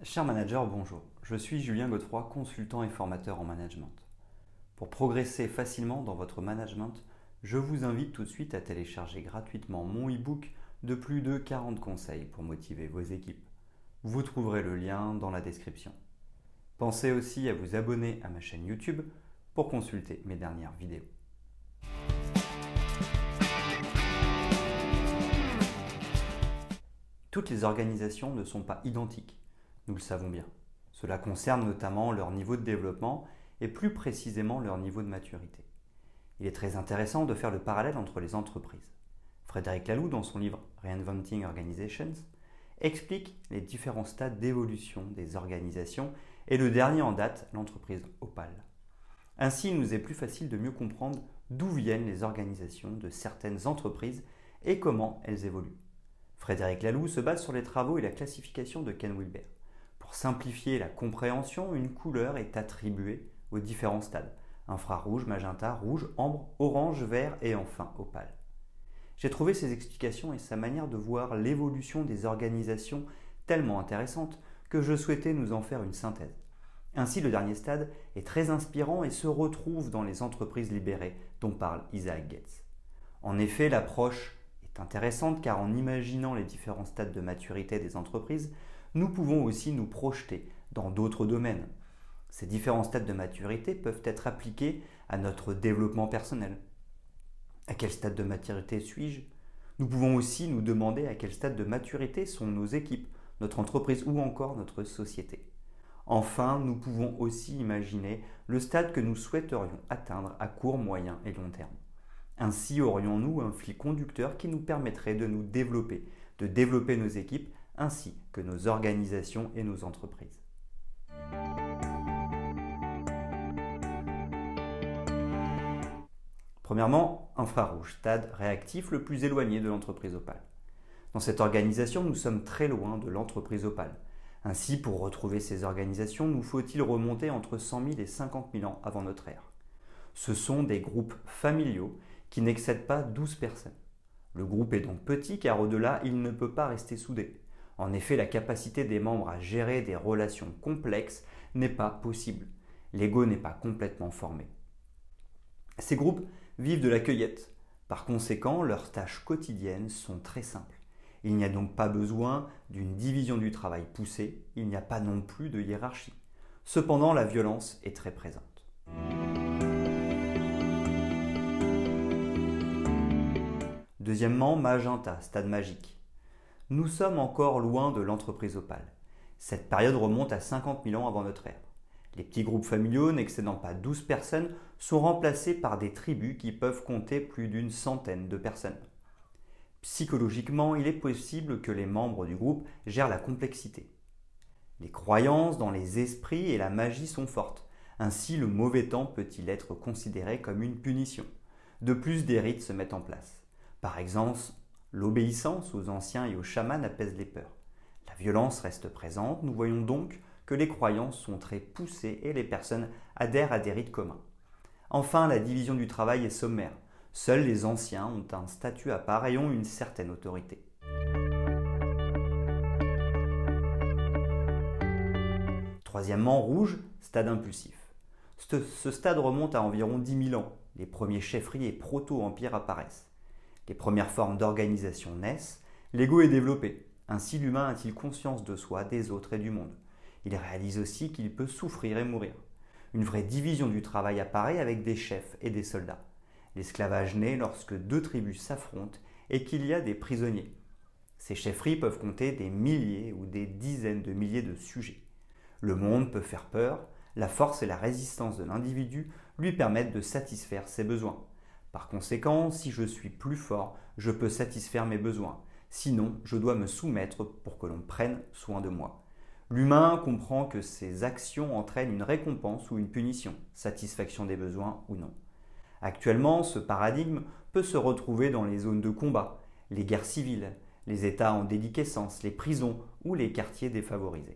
Cher manager, bonjour. Je suis Julien Godefroy, consultant et formateur en management. Pour progresser facilement dans votre management, je vous invite tout de suite à télécharger gratuitement mon e-book de plus de 40 conseils pour motiver vos équipes. Vous trouverez le lien dans la description. Pensez aussi à vous abonner à ma chaîne YouTube pour consulter mes dernières vidéos. Toutes les organisations ne sont pas identiques, nous le savons bien. Cela concerne notamment leur niveau de développement et plus précisément leur niveau de maturité. Il est très intéressant de faire le parallèle entre les entreprises. Frédéric Laloux, dans son livre Reinventing Organizations, explique les différents stades d'évolution des organisations et le dernier en date, l'entreprise Opal. Ainsi, il nous est plus facile de mieux comprendre d'où viennent les organisations de certaines entreprises et comment elles évoluent. Frédéric Laloux se base sur les travaux et la classification de Ken Wilber. Pour simplifier la compréhension, une couleur est attribuée aux différents stades. Infrarouge, magenta, rouge, ambre, orange, vert et enfin opale. J'ai trouvé ses explications et sa manière de voir l'évolution des organisations tellement intéressante que je souhaitais nous en faire une synthèse. Ainsi, le dernier stade est très inspirant et se retrouve dans les entreprises libérées dont parle Isaac Getz. En effet, l'approche est intéressante car en imaginant les différents stades de maturité des entreprises, nous pouvons aussi nous projeter dans d'autres domaines. Ces différents stades de maturité peuvent être appliqués à notre développement personnel. À quel stade de maturité suis-je? Nous pouvons aussi nous demander à quel stade de maturité sont nos équipes, notre entreprise ou encore notre société. Enfin, nous pouvons aussi imaginer le stade que nous souhaiterions atteindre à court, moyen et long terme. Ainsi aurions-nous un fil conducteur qui nous permettrait de nous développer, de développer nos équipes ainsi que nos organisations et nos entreprises. Premièrement, infrarouge, stade réactif le plus éloigné de l'entreprise Opal. Dans cette organisation, nous sommes très loin de l'entreprise Opal. Ainsi, pour retrouver ces organisations, nous faut-il remonter entre 100 000 et 50 000 ans avant notre ère. Ce sont des groupes familiaux qui n'excèdent pas 12 personnes. Le groupe est donc petit car au-delà, il ne peut pas rester soudé. En effet, la capacité des membres à gérer des relations complexes n'est pas possible. L'ego n'est pas complètement formé. Ces groupes vivent de la cueillette. Par conséquent, leurs tâches quotidiennes sont très simples. Il n'y a donc pas besoin d'une division du travail poussée, il n'y a pas non plus de hiérarchie. Cependant, la violence est très présente. Deuxièmement, magenta, stade magique. Nous sommes encore loin de l'entreprise Opal. Cette période remonte à 50 000 ans avant notre ère. Les petits groupes familiaux n'excédant pas 12 personnes sont remplacés par des tribus qui peuvent compter plus d'une centaine de personnes. Psychologiquement, il est possible que les membres du groupe gèrent la complexité. Les croyances dans les esprits et la magie sont fortes. Ainsi, le mauvais temps peut-il être considéré comme une punition. De plus, des rites se mettent en place. Par exemple, l'obéissance aux anciens et aux chamans apaise les peurs. La violence reste présente, nous voyons donc que les croyances sont très poussées et les personnes adhèrent à des rites communs. Enfin, la division du travail est sommaire. Seuls les anciens ont un statut à part et ont une certaine autorité. Troisièmement, rouge, stade impulsif. Ce stade remonte à environ 10 000 ans. Les premiers chefferies et proto-empires apparaissent. Les premières formes d'organisation naissent, l'ego est développé. Ainsi, l'humain a-t-il conscience de soi, des autres et du monde. Il réalise aussi qu'il peut souffrir et mourir. Une vraie division du travail apparaît avec des chefs et des soldats. L'esclavage naît lorsque deux tribus s'affrontent et qu'il y a des prisonniers. Ces chefferies peuvent compter des milliers ou des dizaines de milliers de sujets. Le monde peut faire peur, la force et la résistance de l'individu lui permettent de satisfaire ses besoins. Par conséquent, si je suis plus fort, je peux satisfaire mes besoins. Sinon, je dois me soumettre pour que l'on prenne soin de moi. L'humain comprend que ses actions entraînent une récompense ou une punition, satisfaction des besoins ou non. Actuellement, ce paradigme peut se retrouver dans les zones de combat, les guerres civiles, les États en déliquescence, les prisons ou les quartiers défavorisés.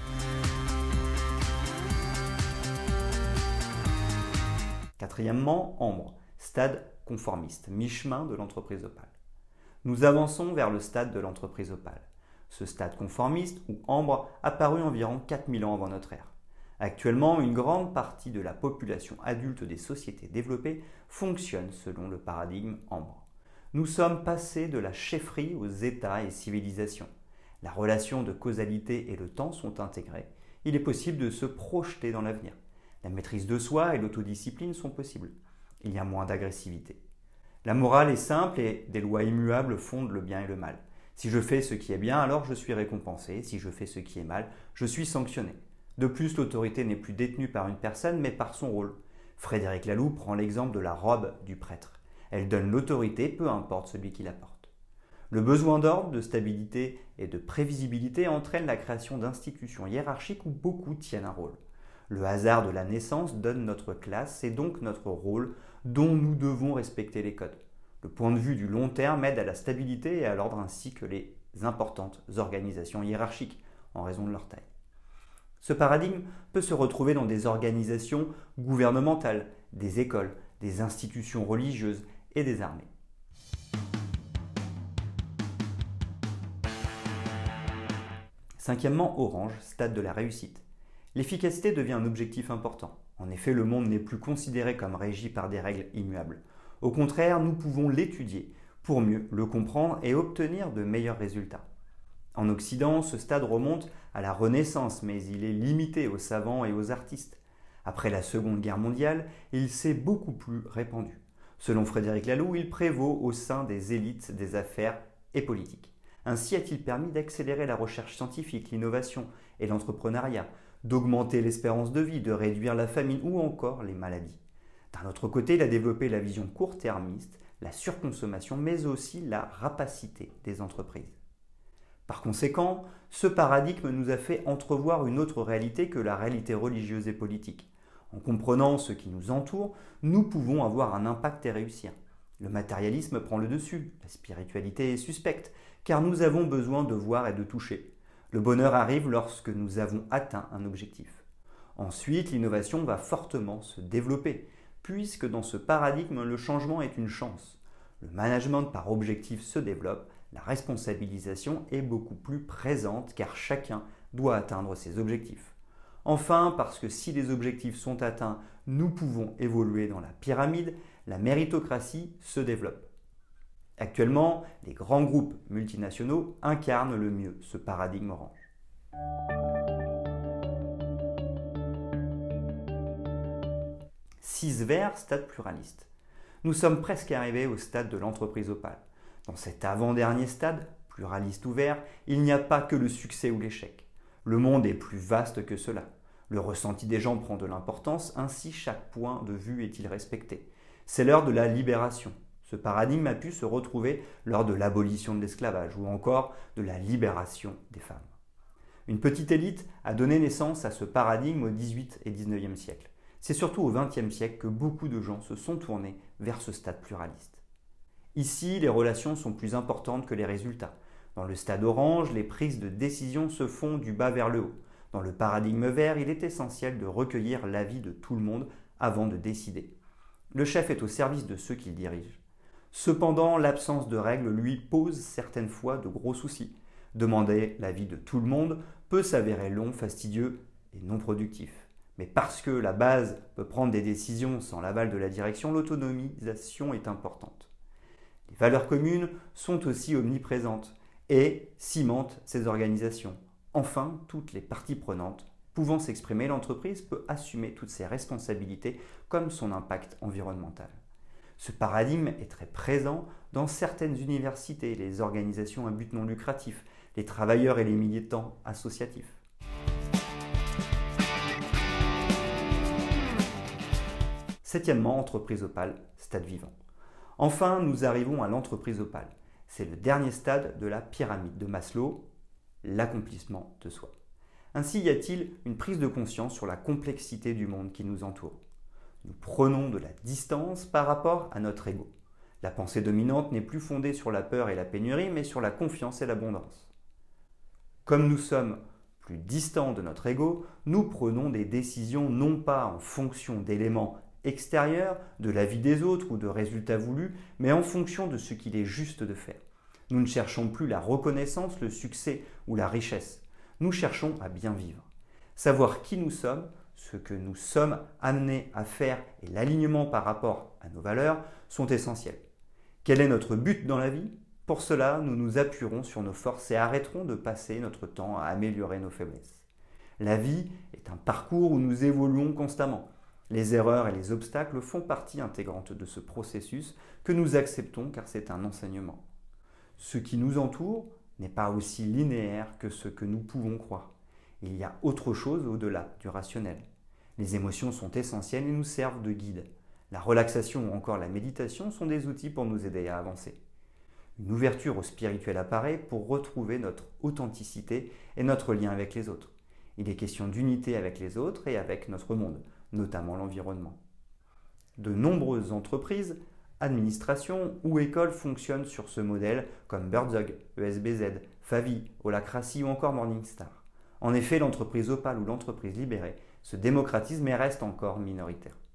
Quatrièmement, ambre, stade conformiste, mi-chemin de l'entreprise Opal. Nous avançons vers le stade de l'entreprise Opal. Ce stade conformiste, ou ambre, apparut environ 4000 ans avant notre ère. Actuellement, une grande partie de la population adulte des sociétés développées fonctionne selon le paradigme ambre. Nous sommes passés de la chefferie aux États et civilisations. La relation de causalité et le temps sont intégrés. Il est possible de se projeter dans l'avenir. La maîtrise de soi et l'autodiscipline sont possibles. Il y a moins d'agressivité. La morale est simple et des lois immuables fondent le bien et le mal. Si je fais ce qui est bien, alors je suis récompensé. Si je fais ce qui est mal, je suis sanctionné. De plus, l'autorité n'est plus détenue par une personne, mais par son rôle. Frédéric Laloux prend l'exemple de la robe du prêtre. Elle donne l'autorité, peu importe celui qui la porte. Le besoin d'ordre, de stabilité et de prévisibilité entraîne la création d'institutions hiérarchiques où beaucoup tiennent un rôle. Le hasard de la naissance donne notre classe et donc notre rôle dont nous devons respecter les codes. Le point de vue du long terme aide à la stabilité et à l'ordre ainsi que les importantes organisations hiérarchiques en raison de leur taille. Ce paradigme peut se retrouver dans des organisations gouvernementales, des écoles, des institutions religieuses et des armées. Cinquièmement, orange, stade de la réussite. L'efficacité devient un objectif important. En effet, le monde n'est plus considéré comme régi par des règles immuables. Au contraire, nous pouvons l'étudier pour mieux le comprendre et obtenir de meilleurs résultats. En Occident, ce stade remonte à la Renaissance, mais il est limité aux savants et aux artistes. Après la Seconde Guerre mondiale, il s'est beaucoup plus répandu. Selon Frédéric Laloux, il prévaut au sein des élites des affaires et politiques. Ainsi a-t-il permis d'accélérer la recherche scientifique, l'innovation et l'entrepreneuriat, d'augmenter l'espérance de vie, de réduire la famine ou encore les maladies. D'un autre côté, il a développé la vision court-termiste, la surconsommation, mais aussi la rapacité des entreprises. Par conséquent, ce paradigme nous a fait entrevoir une autre réalité que la réalité religieuse et politique. En comprenant ce qui nous entoure, nous pouvons avoir un impact et réussir. Le matérialisme prend le dessus, la spiritualité est suspecte, car nous avons besoin de voir et de toucher. Le bonheur arrive lorsque nous avons atteint un objectif. Ensuite, l'innovation va fortement se développer, puisque dans ce paradigme, le changement est une chance. Le management par objectif se développe, la responsabilisation est beaucoup plus présente car chacun doit atteindre ses objectifs. Enfin, parce que si les objectifs sont atteints, nous pouvons évoluer dans la pyramide, la méritocratie se développe. Actuellement, les grands groupes multinationaux incarnent le mieux ce paradigme orange. Six verts, stade pluraliste. Nous sommes presque arrivés au stade de l'entreprise opale. Dans cet avant-dernier stade, pluraliste ouvert, il n'y a pas que le succès ou l'échec. Le monde est plus vaste que cela. Le ressenti des gens prend de l'importance, ainsi chaque point de vue est-il respecté. C'est l'heure de la libération. Ce paradigme a pu se retrouver lors de l'abolition de l'esclavage ou encore de la libération des femmes. Une petite élite a donné naissance à ce paradigme au XVIIIe et XIXe siècle. C'est surtout au XXe siècle que beaucoup de gens se sont tournés vers ce stade pluraliste. Ici, les relations sont plus importantes que les résultats. Dans le stade orange, les prises de décision se font du bas vers le haut. Dans le paradigme vert, il est essentiel de recueillir l'avis de tout le monde avant de décider. Le chef est au service de ceux qu'il dirige. Cependant, l'absence de règles lui pose certaines fois de gros soucis. Demander l'avis de tout le monde peut s'avérer long, fastidieux et non productif. Mais parce que la base peut prendre des décisions sans l'aval de la direction, l'autonomisation est importante. Les valeurs communes sont aussi omniprésentes et cimentent ces organisations. Enfin, toutes les parties prenantes pouvant s'exprimer, l'entreprise peut assumer toutes ses responsabilités comme son impact environnemental. Ce paradigme est très présent dans certaines universités, les organisations à but non lucratif, les travailleurs et les militants associatifs. Septièmement, entreprise opale, stade vivant. Enfin, nous arrivons à l'entreprise opale. C'est le dernier stade de la pyramide de Maslow, l'accomplissement de soi. Ainsi y a-t-il une prise de conscience sur la complexité du monde qui nous entoure. Nous prenons de la distance par rapport à notre ego. La pensée dominante n'est plus fondée sur la peur et la pénurie, mais sur la confiance et l'abondance. Comme nous sommes plus distants de notre ego, nous prenons des décisions non pas en fonction d'éléments extérieurs, de la vie des autres ou de résultats voulus, mais en fonction de ce qu'il est juste de faire. Nous ne cherchons plus la reconnaissance, le succès ou la richesse. Nous cherchons à bien vivre. Savoir qui nous sommes, ce que nous sommes amenés à faire et l'alignement par rapport à nos valeurs sont essentiels. Quel est notre but dans la vie? Pour cela, nous nous appuierons sur nos forces et arrêterons de passer notre temps à améliorer nos faiblesses. La vie est un parcours où nous évoluons constamment. Les erreurs et les obstacles font partie intégrante de ce processus que nous acceptons car c'est un enseignement. Ce qui nous entoure n'est pas aussi linéaire que ce que nous pouvons croire. Il y a autre chose au-delà du rationnel. Les émotions sont essentielles et nous servent de guide. La relaxation ou encore la méditation sont des outils pour nous aider à avancer. Une ouverture au spirituel apparaît pour retrouver notre authenticité et notre lien avec les autres. Il est question d'unité avec les autres et avec notre monde, notamment l'environnement. De nombreuses entreprises, administrations ou écoles fonctionnent sur ce modèle comme Birdzug, ESBZ, Favi, Holacracy ou encore Morningstar. En effet, l'entreprise Opale ou l'entreprise libérée se démocratise mais reste encore minoritaire.